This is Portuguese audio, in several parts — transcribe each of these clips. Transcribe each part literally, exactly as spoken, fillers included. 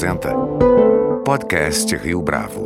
apresenta Podcast Rio Bravo.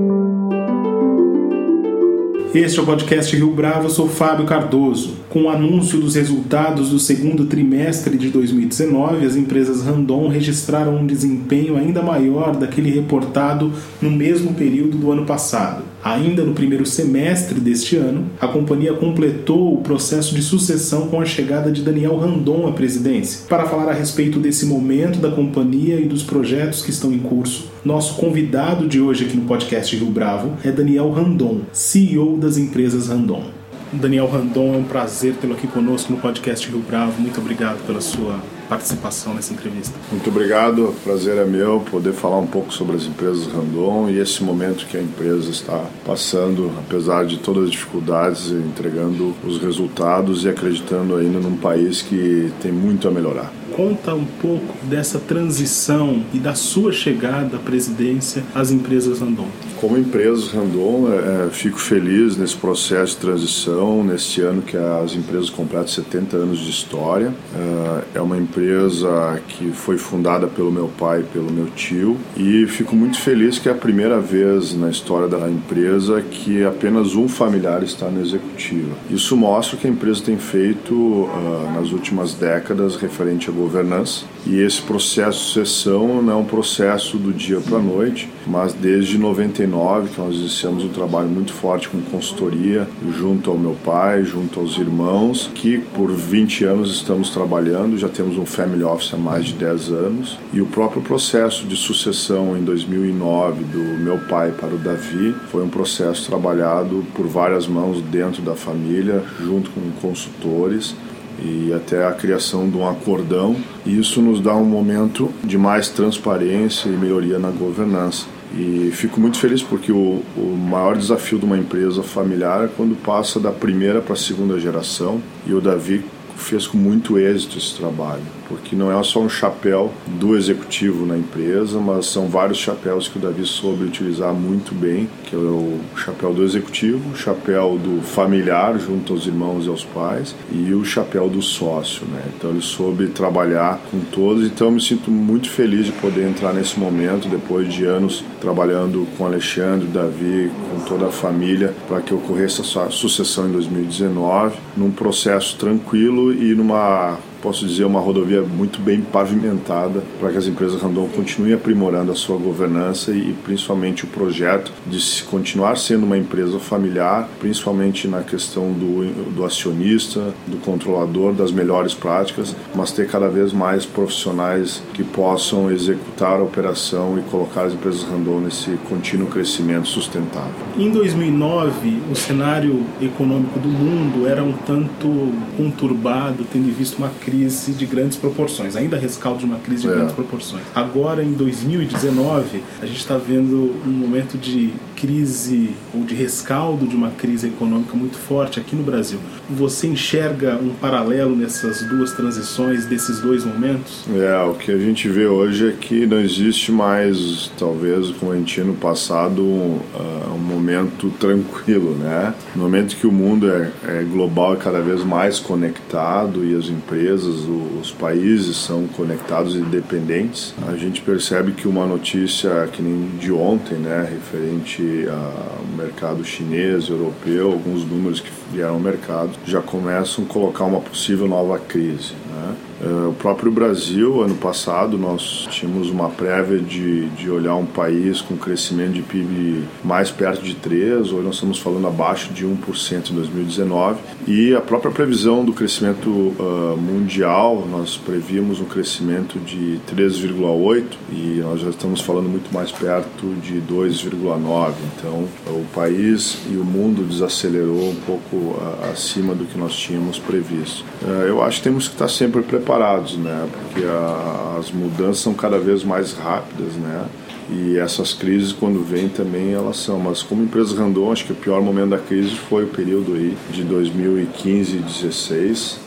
Este é o Podcast Rio Bravo, eu sou Fábio Cardoso. Com o anúncio dos resultados do segundo trimestre de dois mil e dezenove, as empresas Randon registraram um desempenho ainda maior daquele reportado no mesmo período do ano passado. Ainda no primeiro semestre deste ano, a companhia completou o processo de sucessão com a chegada de Daniel Randon à presidência. Para falar a respeito desse momento da companhia e dos projetos que estão em curso, nosso convidado de hoje aqui no Podcast Rio Bravo é Daniel Randon, C E O das empresas Randon. Daniel Randon, é um prazer tê-lo aqui conosco no Podcast Rio Bravo. Muito obrigado pela sua participação nessa entrevista. Muito obrigado, o prazer é meu poder falar um pouco sobre as empresas Randon e esse momento que a empresa está passando, apesar de todas as dificuldades, entregando os resultados e acreditando ainda num país que tem muito a melhorar. Conta um pouco dessa transição e da sua chegada à presidência às empresas Randon. Como empresas Randon, é, fico feliz nesse processo de transição, nesse ano que as empresas completam setenta anos de história. É uma empresa que foi fundada pelo meu pai e pelo meu tio e fico muito feliz que é a primeira vez na história da empresa que apenas um familiar está na executiva. Isso mostra o que a empresa tem feito uh, nas últimas décadas referente à governança, e esse processo de sucessão não é um processo do dia para a noite, mas desde noventa e nove que nós iniciamos um trabalho muito forte com consultoria junto ao meu pai, junto aos irmãos, que por vinte anos estamos trabalhando, já temos um family office há mais de dez anos, e o próprio processo de sucessão em dois mil e nove do meu pai para o Davi foi um processo trabalhado por várias mãos dentro da família, junto com consultores, e até a criação de um acordão, e isso nos dá um momento de mais transparência e melhoria na governança. E fico muito feliz porque o, o maior desafio de uma empresa familiar é quando passa da primeira para a segunda geração, e o Davi fez com muito êxito esse trabalho, porque não é só um chapéu do executivo na empresa, mas são vários chapéus que o Davi soube utilizar muito bem, que é o chapéu do executivo, o chapéu do familiar junto aos irmãos e aos pais, e o chapéu do sócio, né? Então ele soube trabalhar com todos, então eu me sinto muito feliz de poder entrar nesse momento, depois de anos trabalhando com o Alexandre, o Davi, com toda a família, para que ocorresse essa sucessão em dois mil e dezenove, num processo tranquilo e numa, posso dizer, uma rodovia muito bem pavimentada para que as empresas Randon continuem aprimorando a sua governança e principalmente o projeto de se continuar sendo uma empresa familiar, principalmente na questão do, do acionista, do controlador, das melhores práticas, mas ter cada vez mais profissionais que possam executar a operação e colocar as empresas Randon nesse contínuo crescimento sustentável. Em dois mil e nove, o cenário econômico do mundo era um tanto conturbado, tendo em vista uma crise de grandes proporções, ainda rescaldo de uma crise de é. grandes proporções. Agora, em dois mil e dezenove, a gente está vendo um momento de crise ou de rescaldo de uma crise econômica muito forte aqui no Brasil. Você enxerga um paralelo nessas duas transições, desses dois momentos? É, o que a gente vê hoje é que não existe mais, talvez, como a gente tinha no passado, um, uh, um momento tranquilo, né? No momento que o mundo é, é global e cada vez mais conectado e as empresas, os países são conectados e independentes, a gente percebe que uma notícia que nem de ontem, né, referente ao mercado chinês, europeu, alguns números que vieram ao mercado, já começam a colocar uma possível nova crise, né? O próprio Brasil, ano passado, nós tínhamos uma prévia de, de olhar um país com crescimento de P I B mais perto de três por cento, hoje nós estamos falando abaixo de um por cento em dois mil e dezenove, e a própria previsão do crescimento uh, mundial, nós prevíamos um crescimento de três vírgula oito por cento e nós já estamos falando muito mais perto de dois vírgula nove por cento. Então, o país e o mundo desacelerou um pouco uh, acima do que nós tínhamos previsto. Uh, eu acho que temos que estar sempre preparados, né? Porque a, as mudanças são cada vez mais rápidas, né? E essas crises, quando vêm também, elas são. Mas como empresa Randon, acho que o pior momento da crise foi o período aí de dois mil e quinze e dois mil e dezesseis,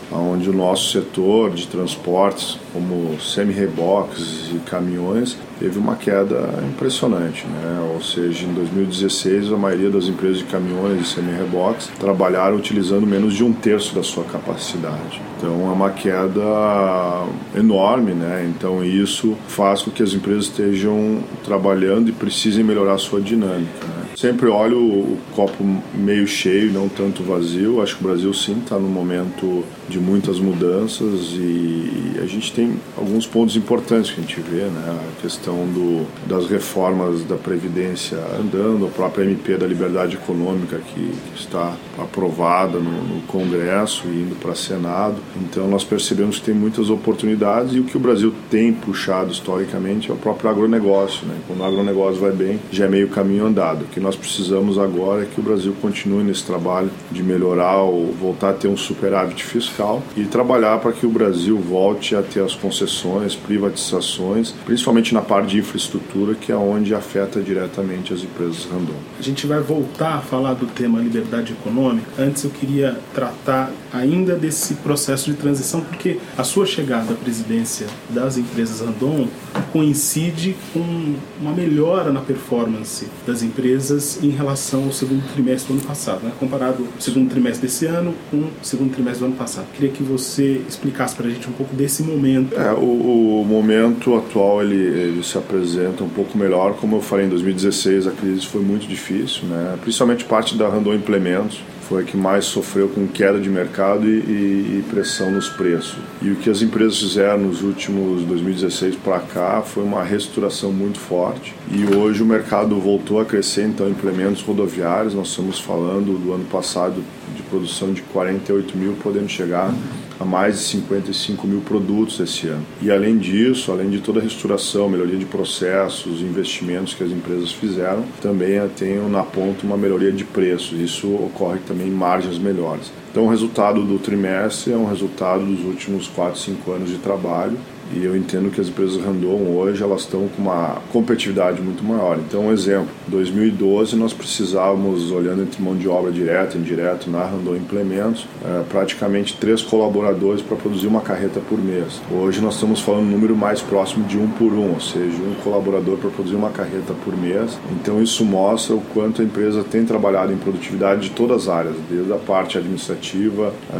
onde o nosso setor de transportes, como semi-reboques e caminhões, teve uma queda impressionante, né? Ou seja, em dois mil e dezesseis a maioria das empresas de caminhões e semi-reboques trabalharam utilizando menos de um terço da sua capacidade. Então é uma queda enorme, né? Então isso faz com que as empresas estejam trabalhando e precisem melhorar a sua dinâmica, né? Sempre olho o copo meio cheio, não tanto vazio. Acho que o Brasil sim está num momento de muitas mudanças e a gente tem alguns pontos importantes que a gente vê, né? A questão do, das reformas da Previdência andando, a própria M P da Liberdade Econômica que, que está aprovada no, no Congresso e indo para Senado. Então nós percebemos que tem muitas oportunidades e o que o Brasil tem puxado historicamente é o próprio agronegócio, né? Quando o agronegócio vai bem, já é meio caminho andado. O que nós precisamos agora é que o Brasil continue nesse trabalho de melhorar ou voltar a ter um superávit fiscal e trabalhar para que o Brasil volte a ter as concessões, privatizações, principalmente na parte de infraestrutura, que é onde afeta diretamente as empresas Randon. A gente vai voltar a falar do tema liberdade econômica. Antes eu queria tratar ainda desse processo de transição, porque a sua chegada à presidência das empresas Randon coincide com uma melhora na performance das empresas em relação ao segundo trimestre do ano passado, né? Comparado o segundo trimestre desse ano com o segundo trimestre do ano passado. Queria que você explicasse para a gente um pouco desse momento. É, o, o momento atual ele, ele se apresenta um pouco melhor. Como eu falei, em dois mil e dezesseis a crise foi muito difícil, né? Principalmente parte da Randon Implementos foi a que mais sofreu com queda de mercado e, e, e pressão nos preços. E o que as empresas fizeram nos últimos dois mil e dezesseis para cá foi uma reestruturação muito forte. E hoje o mercado voltou a crescer, então implementos rodoviários, nós estamos falando do ano passado de produção de quarenta e oito mil, podendo chegar a mais de cinquenta e cinco mil produtos esse ano. E além disso, além de toda a reestruturação, melhoria de processos, investimentos que as empresas fizeram, também tem na ponta uma melhoria de preços. Isso ocorre também em margens melhores. Então o resultado do trimestre é um resultado dos últimos quatro, cinco anos de trabalho. E eu entendo que as empresas Randon hoje elas estão com uma competitividade muito maior. Então, um exemplo, em dois mil e doze nós precisávamos, olhando entre mão de obra direta e indireta na Randon Implementos, é, praticamente três colaboradores para produzir uma carreta por mês. Hoje nós estamos falando um número mais próximo de um por um, ou seja, um colaborador para produzir uma carreta por mês. Então isso mostra o quanto a empresa tem trabalhado em produtividade de todas as áreas, desde a parte administrativa, a,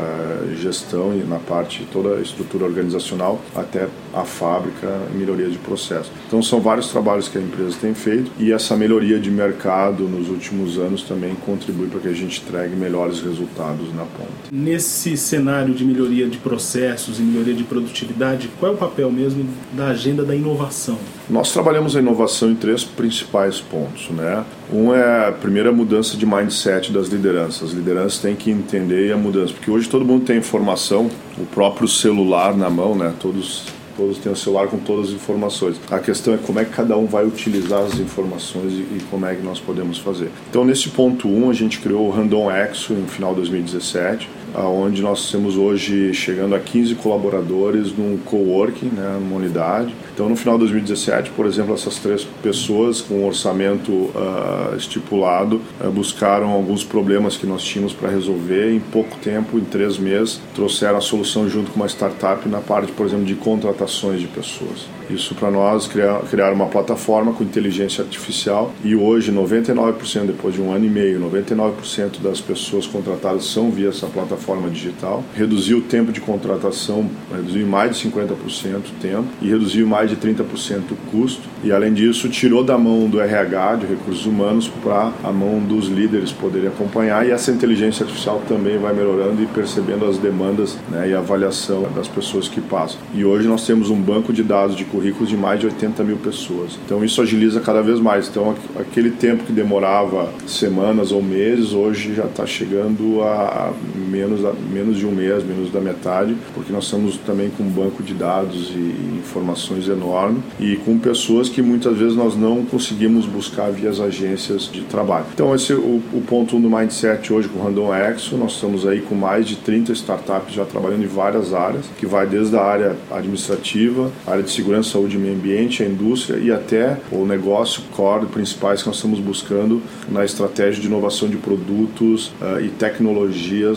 a gestão e na parte toda a estrutura organizacional, até a fábrica e melhoria de processo. Então são vários trabalhos que a empresa tem feito e essa melhoria de mercado nos últimos anos também contribui para que a gente entregue melhores resultados na ponta. Nesse cenário de melhoria de processos e melhoria de produtividade, qual é o papel mesmo da agenda da inovação? Nós trabalhamos a inovação em três principais pontos, né? Um é a primeira mudança de mindset das lideranças. As lideranças têm que entender a mudança, porque hoje todo mundo tem informação, o próprio celular na mão, né? Todos Todos têm o celular com todas as informações. A questão é como é que cada um vai utilizar as informações e, e como é que nós podemos fazer. Então, nesse ponto um, a gente criou o Randon Exo no final de dois mil e dezessete, onde nós temos hoje chegando a quinze colaboradores num coworking, né, numa unidade. Então, no final de dois mil e dezessete, por exemplo, essas três pessoas com um orçamento uh, estipulado uh, buscaram alguns problemas que nós tínhamos para resolver. Em pouco tempo, em três meses, trouxeram a solução junto com uma startup na parte, por exemplo, de contratações de pessoas. Isso para nós criar, criar uma plataforma com inteligência artificial e hoje noventa e nove por cento, depois de um ano e meio, noventa e nove por cento das pessoas contratadas são via essa plataforma digital. Reduziu o tempo de contratação, reduziu em mais de cinquenta por cento o tempo e reduziu mais de trinta por cento o custo. E além disso, tirou da mão do R H, de recursos humanos, para a mão dos líderes poderem acompanhar, e essa inteligência artificial também vai melhorando e percebendo as demandas, né, e a avaliação das pessoas que passam. E hoje nós temos um banco de dados de currículos de mais de oitenta mil pessoas. Então isso agiliza cada vez mais. Então aquele tempo que demorava semanas ou meses, hoje já está chegando a menos, a menos de um mês, menos da metade, porque nós estamos também com um banco de dados e informações enorme e com pessoas que muitas vezes nós não conseguimos buscar via as agências de trabalho. Então esse é o, o ponto um do Mindset hoje com o Randon Exo. Nós estamos aí com mais de trinta startups já trabalhando em várias áreas, que vai desde a área administrativa, a área de segurança, saúde e meio ambiente, a indústria e até o negócio core principais que nós estamos buscando na estratégia de inovação de produtos uh, e tecnologias, que é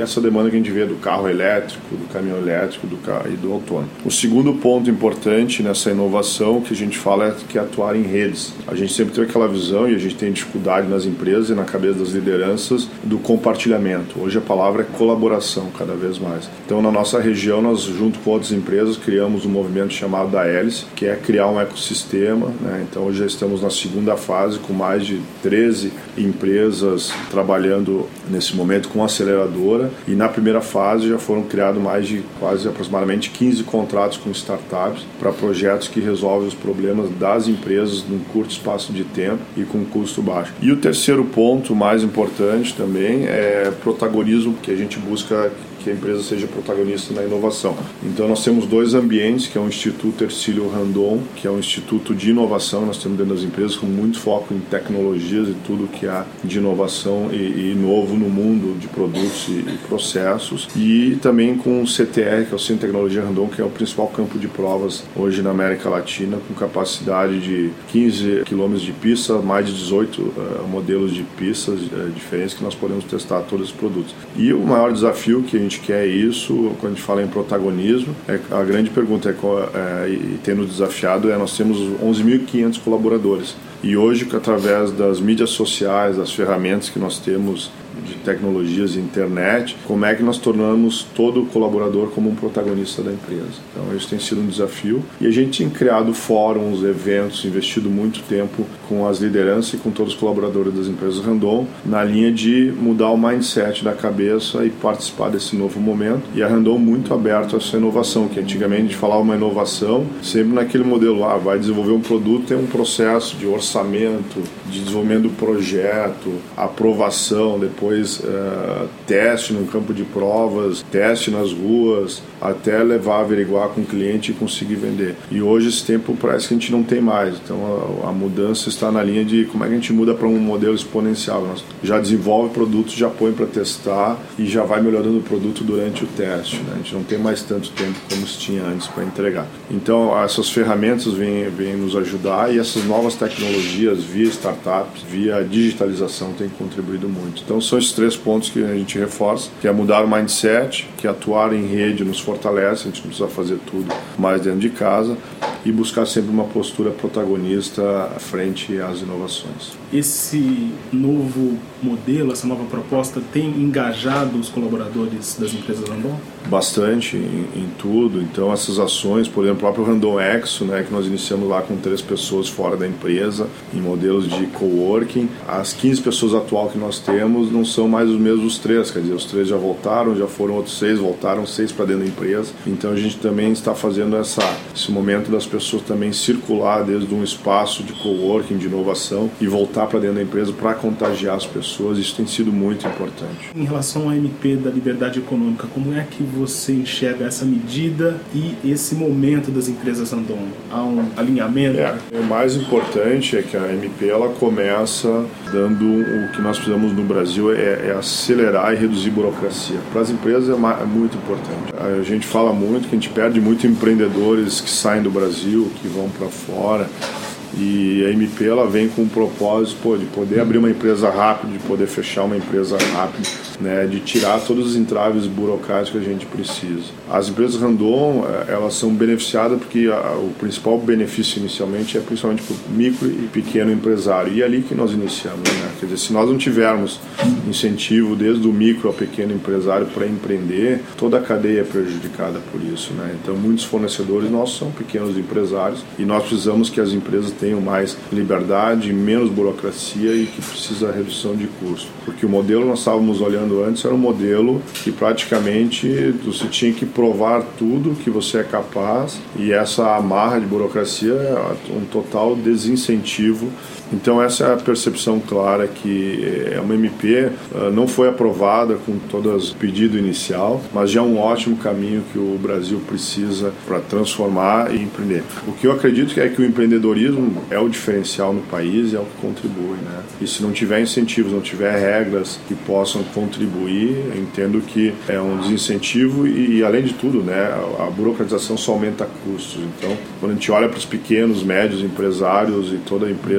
essa demanda que a gente vê do carro elétrico, do caminhão elétrico do carro e do autônomo. O segundo ponto importante nessa inovação que a gente fala é que é atuar em redes. A gente sempre tem aquela visão, e a gente tem dificuldade nas empresas e na cabeça das lideranças, do compartilhamento. Hoje a palavra é colaboração cada vez mais. Então na nossa região, nós junto com outras empresas criamos um movimento chamado da Hélice, que é criar um ecossistema, né? Então hoje já estamos na segunda fase com mais de treze empresas trabalhando nesse momento com aceleradora, e na primeira fase já foram criados mais de quase aproximadamente quinze contratos com startups para projetos que resolvem os problemas das empresas num curto espaço de tempo e com custo baixo. E o terceiro ponto mais importante também é protagonismo, que a gente busca que a empresa seja protagonista na inovação. Então nós temos dois ambientes, que é o Instituto Hercílio Randon, que é um instituto de inovação, nós temos dentro das empresas com muito foco em tecnologias e tudo que há de inovação e, e novo no mundo de produtos e, e processos, e também com o C T R, que é o Centro de Tecnologia Randon, que é o principal campo de provas hoje na América Latina, com capacidade de quinze quilômetros de pista, mais de dezoito uh, modelos de pistas uh, diferentes que nós podemos testar todos os produtos. E o maior desafio que a gente quer é isso, quando a gente fala em protagonismo, é, a grande pergunta é, é, e tendo desafiado, é nós temos onze mil e quinhentos colaboradores. E hoje, através das mídias sociais, das ferramentas que nós temos de tecnologias e internet, como é que nós tornamos todo colaborador como um protagonista da empresa. Então isso tem sido um desafio, e a gente tem criado fóruns, eventos, investido muito tempo com as lideranças e com todos os colaboradores das empresas Randon na linha de mudar o mindset da cabeça e participar desse novo momento. E a Randon muito aberto a essa inovação, que antigamente a gente falava uma inovação sempre naquele modelo, ah, vai desenvolver um produto, tem um processo de orçamento, de desenvolvimento do projeto, aprovação, depois Uh, teste no campo de provas, teste nas ruas, até levar, averiguar com o cliente e conseguir vender. E hoje esse tempo parece que a gente não tem mais. Então a, a mudança está na linha de como é que a gente muda para um modelo exponencial. Nós já desenvolve produtos, já põe para testar e já vai melhorando o produto durante o teste, né? A gente não tem mais tanto tempo como se tinha antes para entregar. Então essas ferramentas vêm, vêm nos ajudar, e essas novas tecnologias via startups, via digitalização têm contribuído muito. Então são esses três pontos que a gente reforça, que é mudar o mindset, que atuar em rede nos fortalece, a gente não precisa fazer tudo mais dentro de casa, e buscar sempre uma postura protagonista frente às inovações. Esse novo modelo, essa nova proposta tem engajado os colaboradores das empresas Randon? Bastante em, em tudo. Então essas ações, por exemplo, o próprio Randon Exo, né, que nós iniciamos lá com três pessoas fora da empresa, em modelos de coworking. As quinze pessoas atual que nós temos não são mais os mesmos três, quer dizer, os três já voltaram, já foram outros seis, voltaram seis para dentro da empresa. Então a gente também está fazendo essa, esse momento das pessoas também circular desde um espaço de coworking, de inovação, e voltar para dentro da empresa para contagiar as pessoas. Isso tem sido muito importante. Em relação à M P da liberdade econômica, como é que você enxerga essa medida e esse momento das empresas Randon? Há um alinhamento? É, o mais importante é que a M P ela começa dando o que nós precisamos no Brasil é, é acelerar e reduzir burocracia. Para as empresas é, é muito importante. A gente fala muito que a gente perde muito empreendedores que saem do Brasil, que vão para fora. E a M P ela vem com o propósito pô, de poder abrir uma empresa rápido, de poder fechar uma empresa rápido, né, de tirar todos os entraves burocráticos que a gente precisa. As empresas Randon elas são beneficiadas porque a, o principal benefício inicialmente é principalmente para o micro e pequeno empresário. E é ali que nós iniciamos. Né? Quer dizer, se nós não tivermos incentivo desde o micro ao pequeno empresário para empreender, toda a cadeia é prejudicada por isso. Né? Então muitos fornecedores nossos são pequenos empresários e nós precisamos que as empresas tenham mais liberdade, menos burocracia e que precisa redução de custo. Porque o modelo que nós estávamos olhando antes era um modelo que praticamente você tinha que provar tudo que você é capaz, e essa amarra de burocracia é um total desincentivo. Então essa é a percepção clara que é uma M P não foi aprovada com todas o pedido inicial, mas já é um ótimo caminho que o Brasil precisa para transformar e empreender. O que eu acredito é que o empreendedorismo é o diferencial no país e é o que contribui, né? E se não tiver incentivos, não tiver regras que possam contribuir, eu entendo que é um desincentivo e, e além de tudo, né, a, a burocratização só aumenta custos. Então, quando a gente olha para os pequenos, médios empresários e toda a empresa também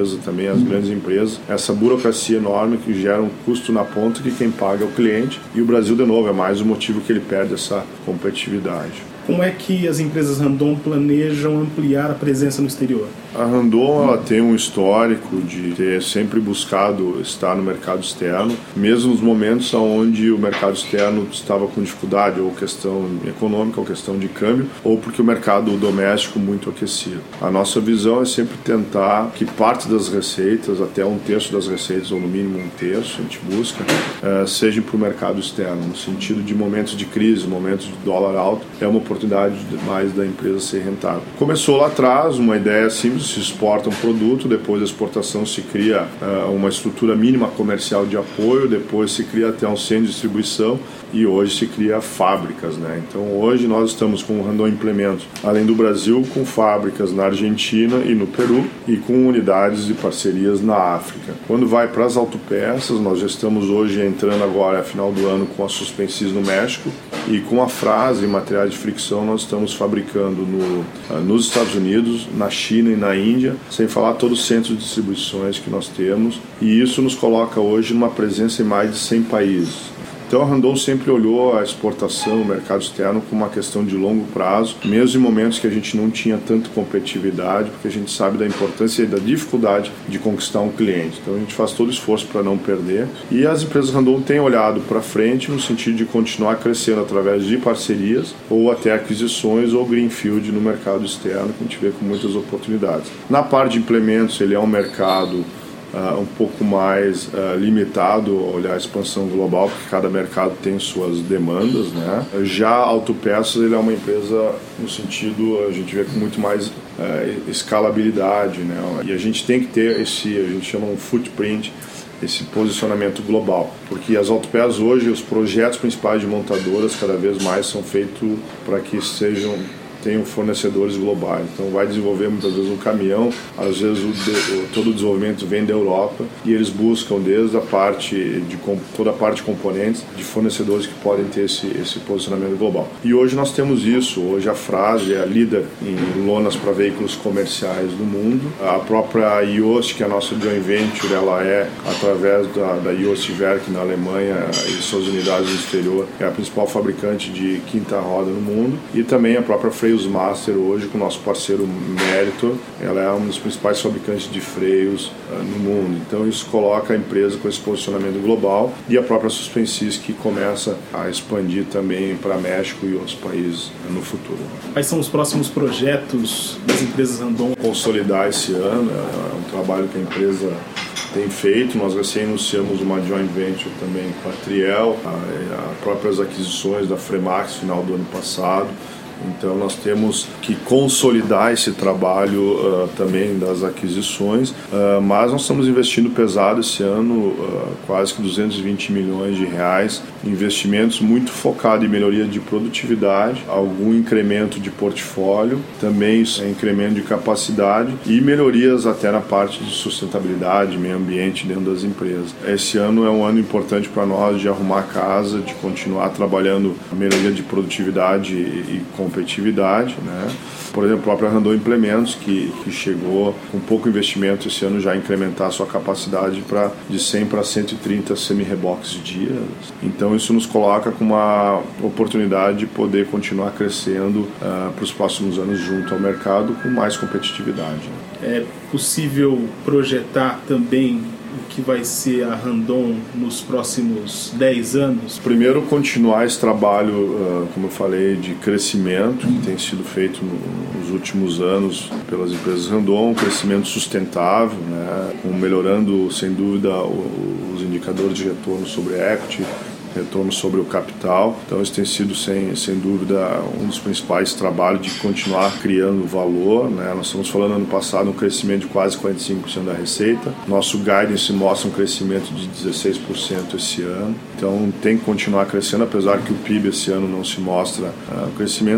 também as grandes empresas, essa burocracia enorme que gera um custo na ponta que quem paga é o cliente, e o Brasil, de novo, é mais o motivo que ele perde essa competitividade. Como é que as empresas Randon planejam ampliar a presença no exterior? A Randon ela tem um histórico de ter sempre buscado estar no mercado externo, mesmo nos momentos onde o mercado externo estava com dificuldade, ou questão econômica, ou questão de câmbio, ou porque o mercado doméstico muito aquecido. A nossa visão é sempre tentar que parte das receitas, até um terço das receitas, ou no mínimo um terço, a gente busca, uh, seja para o mercado externo, no sentido de momentos de crise, momentos de dólar alto, é uma oportunidade mais da empresa ser rentável. Começou lá atrás, uma ideia simples, se exporta um produto, depois da exportação se cria uh, uma estrutura mínima comercial de apoio, depois se cria até um centro de distribuição e hoje se cria fábricas, né? Então hoje nós estamos com o Randon Implementos, além do Brasil, com fábricas na Argentina e no Peru e com unidades de parcerias na África. Quando vai para as autopeças, nós já estamos hoje entrando agora, a final do ano, com a Suspensis no México, e com a frase e materiais de fricção nós estamos fabricando no, uh, nos Estados Unidos, na China e na Índia, sem falar todos os centros de distribuições que nós temos, e isso nos coloca hoje numa presença em mais de cem países. Então a Randon sempre olhou a exportação, o mercado externo, como uma questão de longo prazo, mesmo em momentos que a gente não tinha tanta competitividade, porque a gente sabe da importância e da dificuldade de conquistar um cliente. Então a gente faz todo o esforço para não perder. E as empresas Randon têm olhado para frente no sentido de continuar crescendo através de parcerias ou até aquisições ou greenfield no mercado externo, que a gente vê com muitas oportunidades. Na parte de implementos, ele é um mercado Uh, um pouco mais uh, limitado, olhar a expansão global, porque cada mercado tem suas demandas, né? Já a Autopeças, ele é uma empresa no sentido, a gente vê com muito mais uh, escalabilidade, né? E a gente tem que ter esse, a gente chama um footprint, esse posicionamento global, porque as autopeças hoje, os projetos principais de montadoras cada vez mais são feitos para que sejam tenham fornecedores globais. Então vai desenvolver muitas vezes um caminhão, às vezes o de, o, todo o desenvolvimento vem da Europa e eles buscam desde a parte de toda a parte de componentes de fornecedores que podem ter esse, esse posicionamento global. E hoje nós temos isso. Hoje a Frase é a líder em lonas para veículos comerciais do mundo. A própria Jost, que é a nossa joint venture, ela é através da, da Jost Werk na Alemanha e suas unidades no exterior, é a principal fabricante de quinta roda no mundo, e também a própria Freio Master hoje, com o nosso parceiro Meritor, ela é um dos principais fabricantes de freios uh, no mundo. Então isso coloca a empresa com esse posicionamento global, e a própria Suspensis, que começa a expandir também para México e outros países uh, no futuro. Quais são os próximos projetos das empresas Randon? Consolidar esse ano, é um trabalho que a empresa tem feito. Nós recém anunciamos uma joint venture também com a Triel, as próprias aquisições da Fremax final do ano passado. Então nós temos que consolidar esse trabalho uh, também das aquisições, uh, mas nós estamos investindo pesado esse ano, uh, quase que duzentos e vinte milhões de reais, investimentos muito focados em melhoria de produtividade, algum incremento de portfólio, também incremento de capacidade e melhorias até na parte de sustentabilidade, meio ambiente dentro das empresas. Esse ano é um ano importante para nós de arrumar a casa, de continuar trabalhando a melhoria de produtividade e, e competitividade, né? Por exemplo, a própria Randon Implementos, que, que chegou com pouco investimento esse ano já incrementar a sua capacidade pra, de cem para cento e trinta semi-reboques dia. Então isso nos coloca com uma oportunidade de poder continuar crescendo uh, para os próximos anos junto ao mercado com mais competitividade. É possível projetar também o que vai ser a Randon nos próximos dez anos? Primeiro, continuar esse trabalho, como eu falei, de crescimento que tem sido feito nos últimos anos pelas empresas Randon, um crescimento sustentável, né, melhorando, sem dúvida, os indicadores de retorno sobre equity, retorno sobre o capital. Então isso tem sido sem, sem dúvida um dos principais trabalhos de continuar criando valor, né? Nós estamos falando ano passado um crescimento de quase quarenta e cinco por cento da receita, nosso guidance mostra um crescimento de dezesseis por cento esse ano, então tem que continuar crescendo, apesar que o P I B esse ano não se mostra uh, crescimento.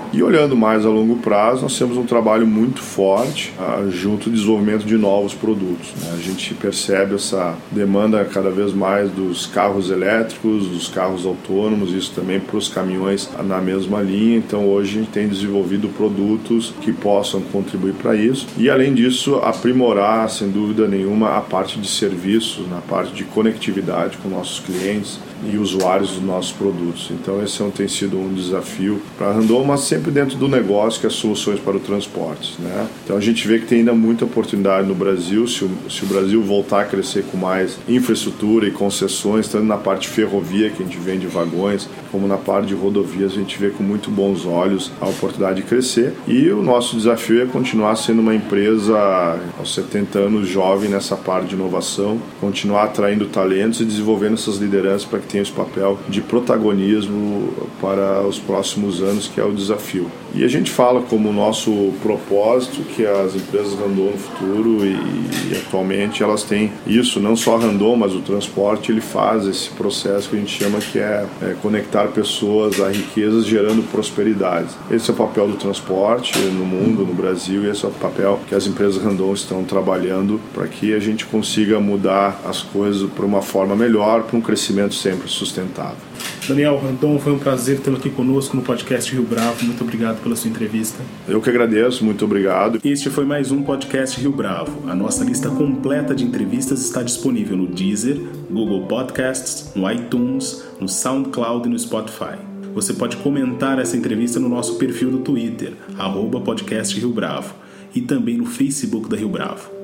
E olhando mais a longo prazo, nós temos um trabalho muito forte uh, junto ao desenvolvimento de novos produtos, né? A gente percebe essa demanda cada vez mais dos carros elétricos, dos carros autônomos, isso também para os caminhões na mesma linha. Então hoje a gente tem desenvolvido produtos que possam contribuir para isso e, além disso, aprimorar, sem dúvida nenhuma, a parte de serviços, na parte de conectividade com nossos clientes e usuários dos nossos produtos. Então esse é um, tem sido um desafio para a Randon, mas sempre dentro do negócio, que é soluções para o transporte, né? Então a gente vê que tem ainda muita oportunidade no Brasil, se o, se o Brasil voltar a crescer com mais infraestrutura e concessões, tanto na parte ferrovia, que a gente vende vagões, como na parte de rodovias, a gente vê com muito bons olhos a oportunidade de crescer. E o nosso desafio é continuar sendo uma empresa aos setenta anos jovem nessa parte de inovação, continuar atraindo talentos e desenvolvendo essas lideranças para que tenha esse papel de protagonismo para os próximos anos, que é o desafio. E a gente fala como nosso propósito que as empresas Randon no futuro e, e atualmente elas têm isso, não só a Randon, mas o transporte, ele faz esse processo que a gente chama que é, é conectar pessoas a riquezas gerando prosperidade. Esse é o papel do transporte no mundo, no Brasil, e esse é o papel que as empresas Randon estão trabalhando para que a gente consiga mudar as coisas para uma forma melhor, para um crescimento sempre sustentável. Daniel Randon, foi um prazer tê-lo aqui conosco no podcast Rio Bravo. Muito obrigado pela sua entrevista. Eu que agradeço, muito obrigado. Este foi mais um podcast Rio Bravo. A nossa lista completa de entrevistas está disponível no Deezer, Google Podcasts, no iTunes, no SoundCloud e no Spotify. Você pode comentar essa entrevista no nosso perfil do Twitter, arroba podcast Rio Bravo, e também no Facebook da Rio Bravo.